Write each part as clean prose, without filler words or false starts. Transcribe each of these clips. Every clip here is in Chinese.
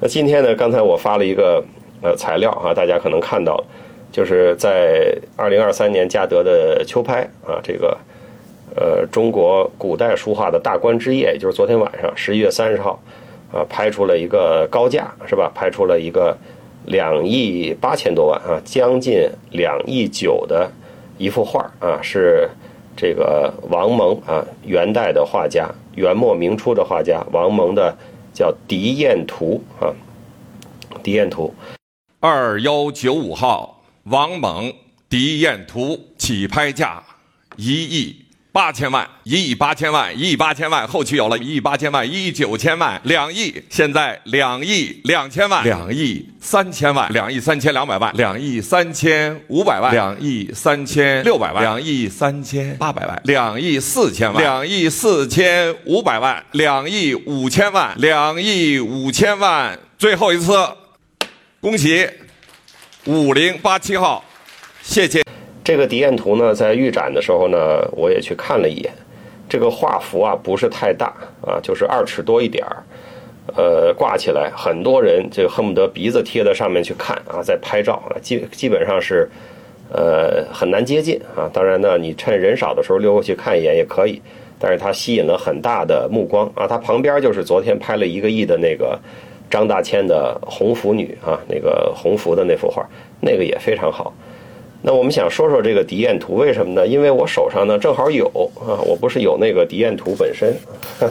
那今天呢，刚才我发了一个材料啊，大家可能看到，就是在2023年嘉德的秋拍啊，这个中国古代书画的大观之夜，也就是昨天晚上11月30号啊，拍出了一个高价是吧？拍出了一个2亿8千多万啊，将近2亿9的一幅画啊，是这个王蒙啊，元代的画家，元末明初的画家王蒙的叫《狄燕图》啊，《狄燕图》 2195号，王蒙《狄燕图》起拍价1亿8千万，1亿8千万，1亿8千万，后期有了1亿8千万，1亿9千万，2亿，现在2亿2千万，2亿3千万，2亿3200万，2亿3500万，2亿3600万，2亿3800万，2亿4千万，2亿4500万，2亿5千万，2亿5千万，最后一次，恭喜5087号，谢谢。 这个《狄燕图》呢，在预展的时候呢，我也去看了一眼。这个画幅啊，不是太大啊，就是2尺多一点儿。挂起来，很多人就恨不得鼻子贴在上面去看啊，在拍照啊，基本上是很难接近啊。当然呢，你趁人少的时候溜过去看一眼也可以，但是它吸引了很大的目光啊。它旁边就是昨天拍了1个亿的那个张大千的红拂女啊，那个红拂的那幅画，那个也非常好。那我们想说说这个《狄燕图》，为什么呢？因为我手上呢正好有啊，我不是有那个《狄燕图》本身，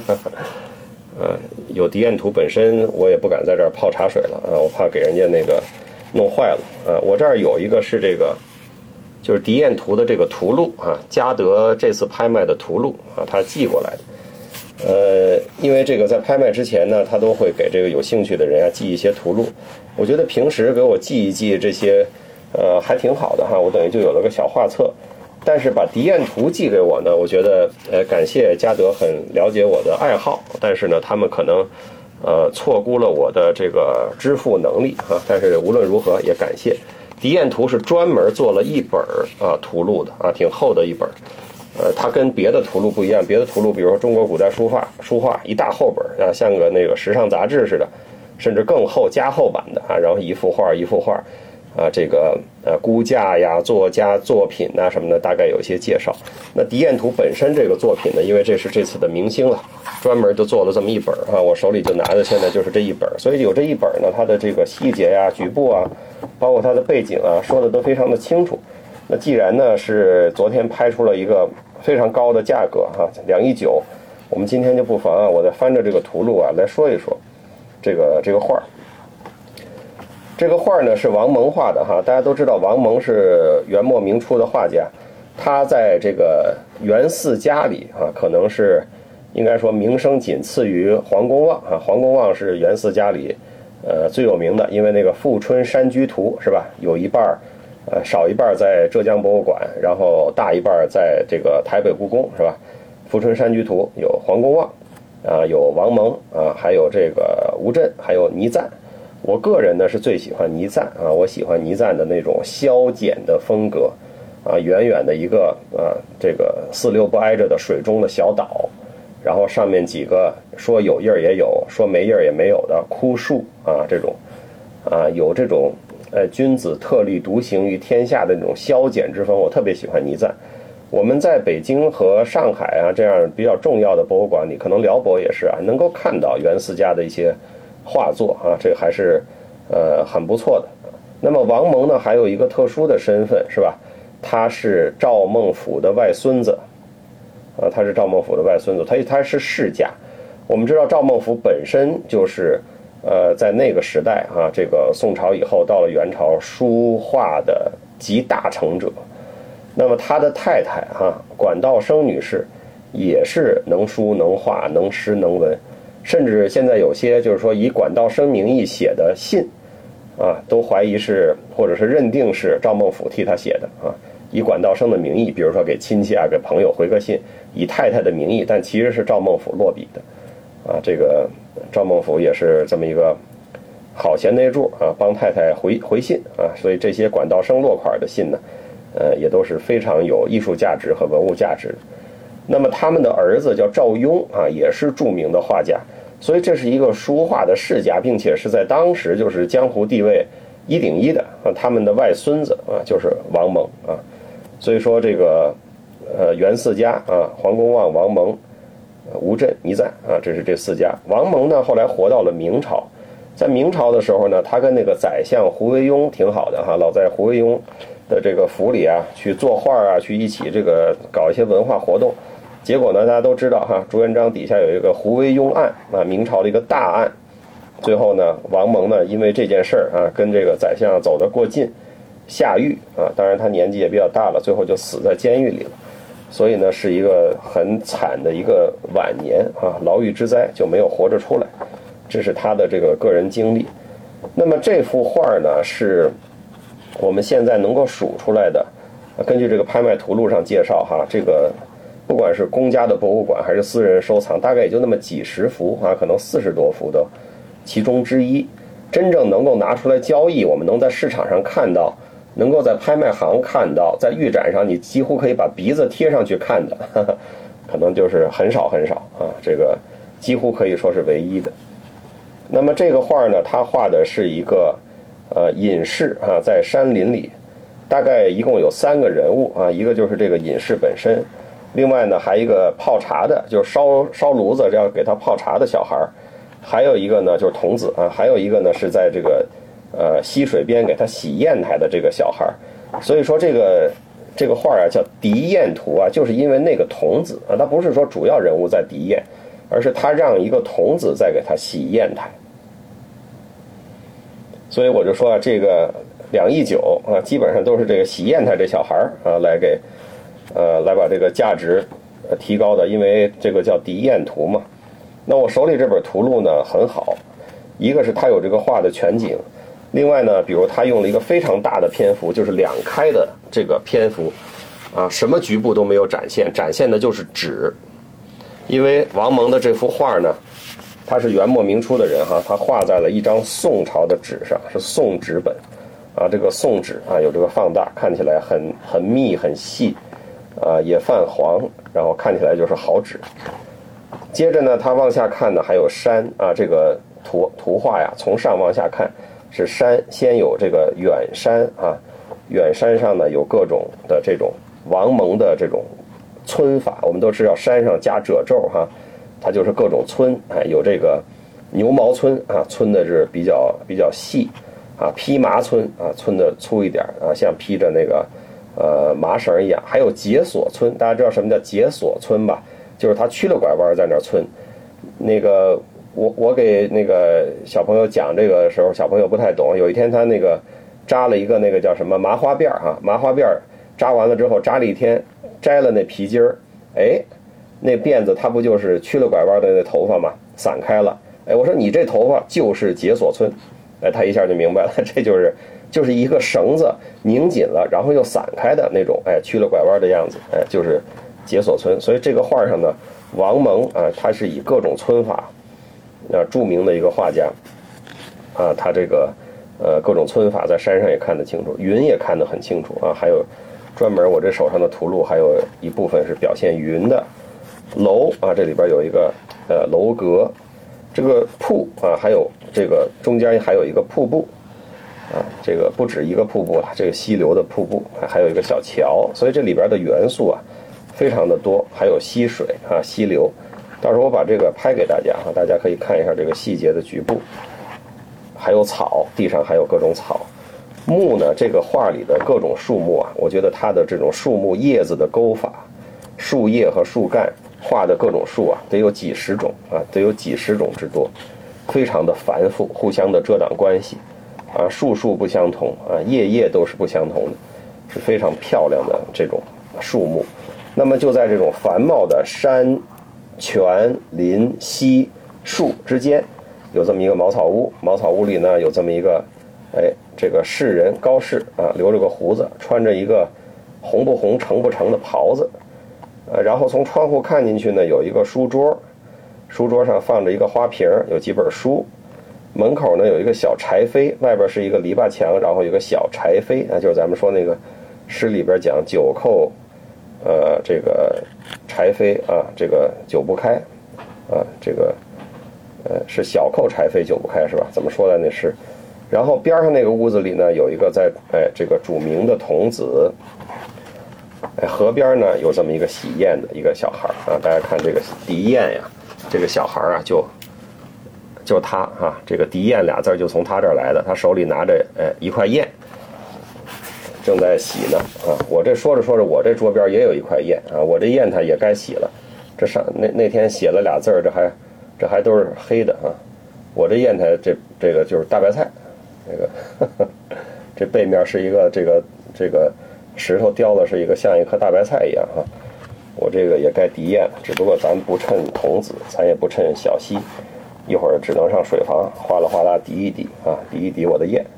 有《狄燕图》本身，我也不敢在这儿泡茶水了啊，我怕给人家那个弄坏了啊。我这儿有一个是这个，就是《狄燕图》的这个图录啊，嘉德这次拍卖的图录啊，他寄过来的。因为这个在拍卖之前呢，他都会给这个有兴趣的人啊寄一些图录。我觉得平时给我寄一寄这些。还挺好的哈，我等于就有了个小画册。但是把《狄燕图》寄给我呢，我觉得感谢嘉德很了解我的爱好，但是呢，他们可能错估了我的这个支付能力啊。但是无论如何也感谢。《狄燕图》是专门做了一本图录的啊，挺厚的一本。它跟别的图录不一样，别的图录比如说中国古代书画一大厚本啊，像个那个时尚杂志似的，甚至更厚加厚版的啊，然后一幅画一幅画。这个估价呀、作家作品啊什么的，大概有一些介绍。那《狄燕图》本身这个作品呢，因为这是这次的明星了，专门就做了这么一本啊，我手里就拿着，现在就是这一本。所以有这一本呢，它的这个细节呀、局部啊，包括它的背景啊，说的都非常的清楚。那既然呢是昨天拍出了一个非常高的价格哈，2亿9，我们今天就不妨啊，我再翻着这个图录啊来说一说这个画。这个画呢是王蒙画的哈，大家都知道王蒙是元末明初的画家，他在这个元4家里啊，可能是应该说名声仅次于黄公望啊。黄公望是元4家里最有名的，因为那个《富春山居图》是吧，有一半少一半在浙江博物馆，然后大一半在这个台北故宫是吧？《富春山居图》有黄公望啊，有王蒙啊，还有这个吴镇，还有倪瓒。我个人呢是最喜欢倪瓒啊，我喜欢倪瓒的那种削减的风格啊，远远的一个这个4、6不挨着的水中的小岛，然后上面几个说有叶也有，说没叶也没有的枯树啊，这种有这种君子特立独行于天下的那种削减之风，我特别喜欢倪瓒。我们在北京和上海啊这样比较重要的博物馆里，可能辽博也是啊，能够看到元4家的一些画作啊，这个还是很不错的。那么王蒙呢，还有一个特殊的身份是吧？他是赵孟頫的外孙子啊，他是赵孟頫的外孙子，他是世家。我们知道赵孟頫本身就是在那个时代啊，这个宋朝以后到了元朝，书画的集大成者。那么他的太太管道升女士也是能书能画能诗能文。甚至现在有些就是说以管道升名义写的信啊，都怀疑是或者是认定是赵孟頫替他写的啊，以管道升的名义，比如说给亲戚啊、给朋友回个信，以太太的名义，但其实是赵孟頫落笔的啊。这个赵孟頫也是这么一个好贤内助啊，帮太太回信啊，所以这些管道升落款的信呢，也都是非常有艺术价值和文物价值的。那么他们的儿子叫赵雍啊，也是著名的画家。 所以这是一个书画的世家，并且是在当时就是江湖地位一顶一的啊，他们的外孙子啊就是王蒙啊，所以说这个袁四家啊，黄公望、王蒙、吴镇、倪瓒啊，这是这4家。王蒙呢后来活到了明朝，在明朝的时候呢，他跟那个宰相胡惟庸挺好的哈，老在胡惟庸的这个府里啊去作画啊，去一起这个搞一些文化活动。结果呢，大家都知道哈，朱元璋底下有一个胡惟庸案啊，明朝的一个大案。最后呢，王蒙呢因为这件事儿啊，跟这个宰相走得过近，下狱啊，当然他年纪也比较大了，最后就死在监狱里了。所以呢，是一个很惨的一个晚年啊，牢狱之灾，就没有活着出来。这是他的这个个人经历。那么这幅画呢，是我们现在能够数出来的，根据这个拍卖图录上介绍哈，这个不管是公家的博物馆还是私人收藏，大概也就那么几十幅啊，可能40多幅的其中之一。真正能够拿出来交易，我们能在市场上看到，能够在拍卖行看到，在预展上你几乎可以把鼻子贴上去看的，可能就是很少很少啊，这个几乎可以说是唯一的。那么这个画呢，它画的是一个隐士啊，在山林里，大概一共有3个人物啊，一个就是这个隐士本身，另外呢还一个泡茶的，就是烧炉子这样给他泡茶的小孩，还有一个呢就是童子啊，还有一个呢是在这个溪水边给他洗砚台的这个小孩。所以说这个画啊叫狄砚图啊，就是因为那个童子啊，他不是说主要人物在狄砚，而是他让一个童子在给他洗砚台。所以我就说啊，这个2.9亿啊，基本上都是这个洗砚台这小孩啊来把这个价值提高的，因为这个叫狄砚图嘛。那我手里这本图录呢很好，一个是它有这个画的全景，另外呢，比如他用了一个非常大的篇幅，就是2开的这个篇幅啊，什么局部都没有展现的就是纸。因为王蒙的这幅画呢，他是元末明初的人哈，他画在了一张宋朝的纸上，是宋纸本啊，这个宋纸啊有这个放大，看起来很密很细啊，也泛黄，然后看起来就是好纸。接着呢，他往下看呢还有山啊，这个图画呀，从上往下看是山，先有这个远山啊，远山上呢有各种的这种王蒙的这种皴法，我们都知道山上加褶皱哈，它就是各种皴，哎，有这个牛毛皴啊，皴的是比较细啊，披麻皴啊，皴的粗一点啊，像披着那个麻绳一样，还有解锁皴，大家知道什么叫解锁皴吧？就是他曲了拐弯在那儿皴。那个我给那个小朋友讲这个时候，小朋友不太懂。有一天他那个扎了一个那个叫什么麻花辫哈，麻花辫扎完了之后扎了一天，摘了那皮筋儿，哎，那辫子它不就是曲了拐弯的那头发吗？散开了。哎，我说你这头发就是解锁皴，哎，他一下就明白了，这就是一个绳子拧紧了，然后又散开的那种，哎，曲了拐弯的样子，哎，就是解锁皴。所以这个画上呢，王蒙啊，他是以各种皴法著名的一个画家啊，他这个各种皴法在山上也看得清楚，云也看得很清楚啊，还有专门我这手上的图录还有一部分是表现云的。楼啊，这里边有一个楼阁，这个瀑啊，还有这个中间还有一个瀑布啊，这个不止一个瀑布了，这个溪流的瀑布，还有一个小桥，所以这里边的元素啊非常的多，还有溪水啊，溪流。到时候我把这个拍给大家啊，大家可以看一下这个细节的局部，还有草，地上还有各种草。木呢，这个画里的各种树木啊，我觉得它的这种树木叶子的勾法，树叶和树干画的各种树啊，得有几十种啊，得有几十种之多，非常的繁复，互相的遮挡关系啊，树不相同啊，叶都是不相同的，是非常漂亮的这种树木。那么就在这种繁茂的山泉林溪树之间，有这么一个茅草屋，茅草屋里呢有这么一个这个士人高士啊，留着个胡子，穿着一个红不红橙不橙的袍子，然后从窗户看进去呢，有一个书桌，书桌上放着一个花瓶，有几本书，门口呢有一个小柴扉，外边是一个篱笆墙，然后有个小柴扉啊，就是咱们说那个诗里边讲九叩这个柴扉啊，这个九不开啊，这个是小扣柴扉久不开是吧？怎么说的那是？然后边上那个屋子里呢，有一个在这个煮茗的童子。河边呢有这么一个喜宴的一个小孩啊，大家看这个狄燕呀，这个小孩啊就他啊，这个狄燕俩字就从他这儿来的，他手里拿着一块砚，正在洗呢啊。我这说着说着，我这桌边也有一块砚啊，我这砚它也该洗了，这上那天写了俩字，这还都是黑的啊。我这砚台这个就是大白菜，这个这背面是一个这个石头雕的是一个像一颗大白菜一样哈，我这个也该敌砚了，只不过咱不趁童子，咱也不趁小溪，一会儿只能上水房哗啦哗啦滴一滴啊，滴一滴我的砚。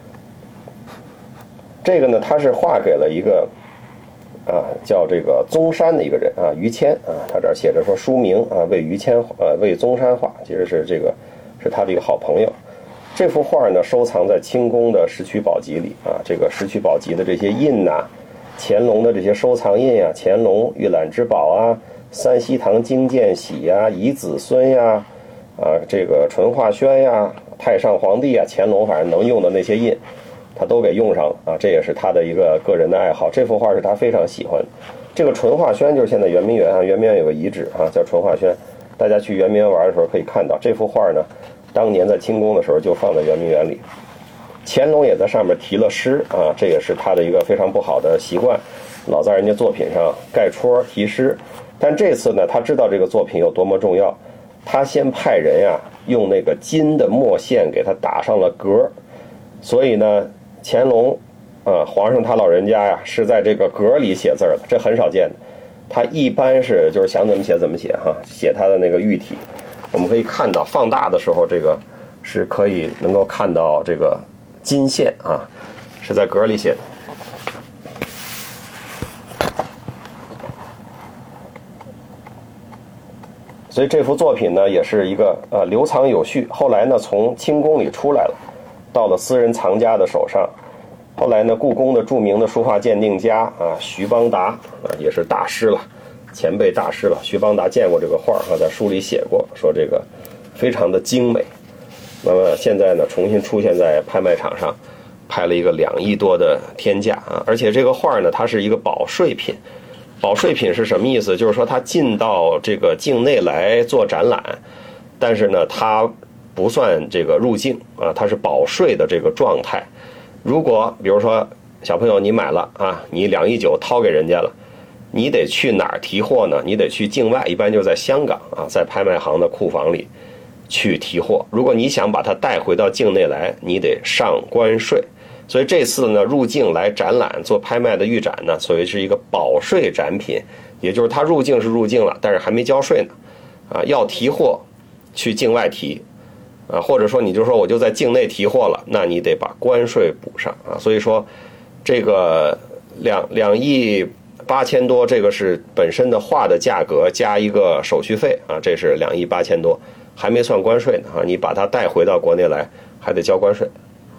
这个呢，他是画给了一个叫这个宗山的一个人啊，于谦啊，他这儿写着说书名啊为于谦为宗山画，其实是这个是他的一个好朋友。这幅画呢，收藏在清宫的石渠宝集里啊。这个石渠宝集的这些印呐，乾隆的这些收藏印啊，乾隆御览之宝啊，三希堂经鉴玺呀，遗子孙呀，这个淳化轩呀，太上皇帝啊，乾隆反正能用的那些印，他都给用上了啊。这也是他的一个个人的爱好。这幅画是他非常喜欢的。这个淳化轩就是现在圆明园啊，圆明园有个遗址啊，叫淳化轩。大家去圆明园玩的时候可以看到这幅画呢。当年在清宫的时候就放在圆明园里，乾隆也在上面题了诗啊，这也是他的一个非常不好的习惯，老在人家作品上盖戳题诗。但这次呢，他知道这个作品有多么重要，他先派人呀用那个金的墨线给他打上了格，所以呢，乾隆皇上他老人家呀是在这个格里写字的，这很少见的。他一般是就是想怎么写怎么写哈，写他的那个御体。我们可以看到放大的时候，这个是可以能够看到这个金线啊，是在格里写的。所以这幅作品呢，也是一个留藏有序。后来呢，从清宫里出来了，到了私人藏家的手上。后来呢，故宫的著名的书画鉴定家徐邦达也是大师了。前辈大师了，徐邦达见过这个画啊，在书里写过，说这个非常的精美。那么现在呢，重新出现在拍卖场上，拍了一个2亿多的天价啊！而且这个画呢，它是一个保税品。保税品是什么意思？就是说它进到这个境内来做展览，但是呢，它不算这个入境啊，它是保税的这个状态。如果比如说小朋友你买了啊，你2.9亿掏给人家了。你得去哪儿提货呢？你得去境外，一般就在香港啊，在拍卖行的库房里去提货。如果你想把它带回到境内来，你得上关税。所以这次呢，入境来展览做拍卖的预展呢，所谓是一个保税展品，也就是它入境是入境了，但是还没交税呢。要提货去境外提或者说你就说我就在境内提货了，那你得把关税补上啊。所以说这个2亿8千多，这个是本身的画的价格加一个手续费啊，这是2亿8千多，还没算关税呢啊！你把它带回到国内来，还得交关税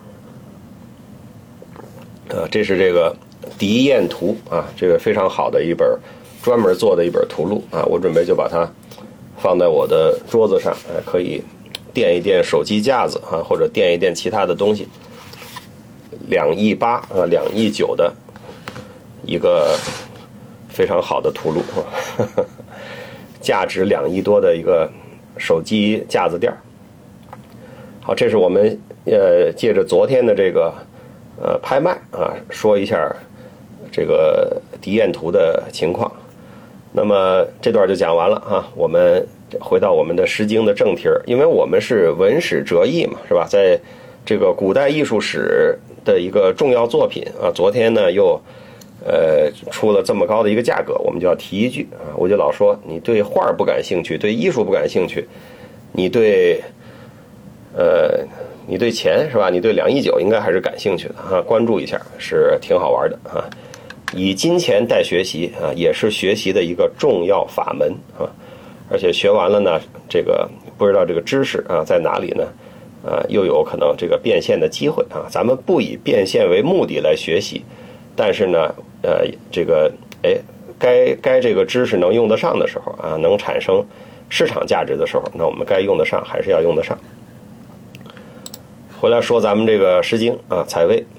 这是这个狄燕图啊，这个非常好的一本专门做的一本图录啊，我准备就把它放在我的桌子上，可以垫一垫手机架子啊，或者垫一垫其他的东西。2亿8啊，2亿9的一个非常好的图录，价值2亿多的一个手机架子垫。好，这是我们借着昨天的这个拍卖啊，说一下这个狄燕图的情况。那么这段就讲完了啊，我们回到我们的诗经的正题儿，因为我们是文史哲艺嘛，是吧？在这个古代艺术史的一个重要作品啊，昨天呢又出了这么高的一个价格，我们就要提一句啊，我就老说你对画不感兴趣，对艺术不感兴趣，你对钱是吧？你对2亿9应该还是感兴趣的啊，关注一下是挺好玩的啊。以金钱代学习啊，也是学习的一个重要法门啊。而且学完了呢，这个不知道这个知识啊在哪里呢？又有可能这个变现的机会啊。咱们不以变现为目的来学习，但是呢，这个该这个知识能用得上的时候啊，能产生市场价值的时候，那我们该用得上还是要用得上。回来说咱们这个诗经啊，采薇